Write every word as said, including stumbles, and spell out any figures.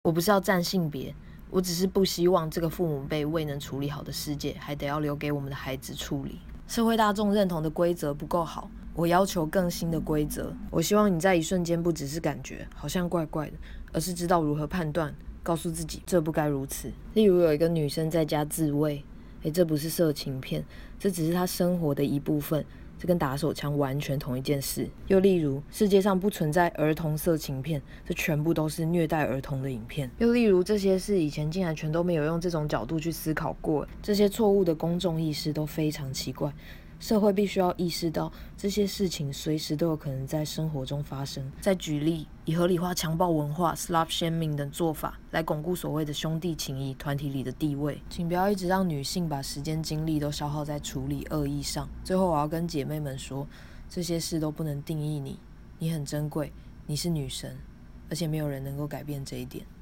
我不是要站性别，我只是不希望这个父母辈未能处理好的世界，还得要留给我们的孩子处理。社会大众认同的规则不够好，我要求更新的规则。我希望你在一瞬间不只是感觉好像怪怪的，而是知道如何判断，告诉自己这不该如此。例如有一个女生在家自慰，诶，这不是色情片，这只是她生活的一部分，这跟打手枪完全同一件事。又例如，世界上不存在儿童色情片，这全部都是虐待儿童的影片。又例如，这些事以前竟然全都没有用这种角度去思考过，这些错误的公众意识都非常奇怪。社会必须要意识到，这些事情随时都有可能在生活中发生。再举例，以合理化强暴文化、slut shaming 等做法来巩固所谓的兄弟情谊、团体里的地位。请不要一直让女性把时间精力都消耗在处理恶意上。最后，我要跟姐妹们说，这些事都不能定义你，你很珍贵，你是女神，而且没有人能够改变这一点。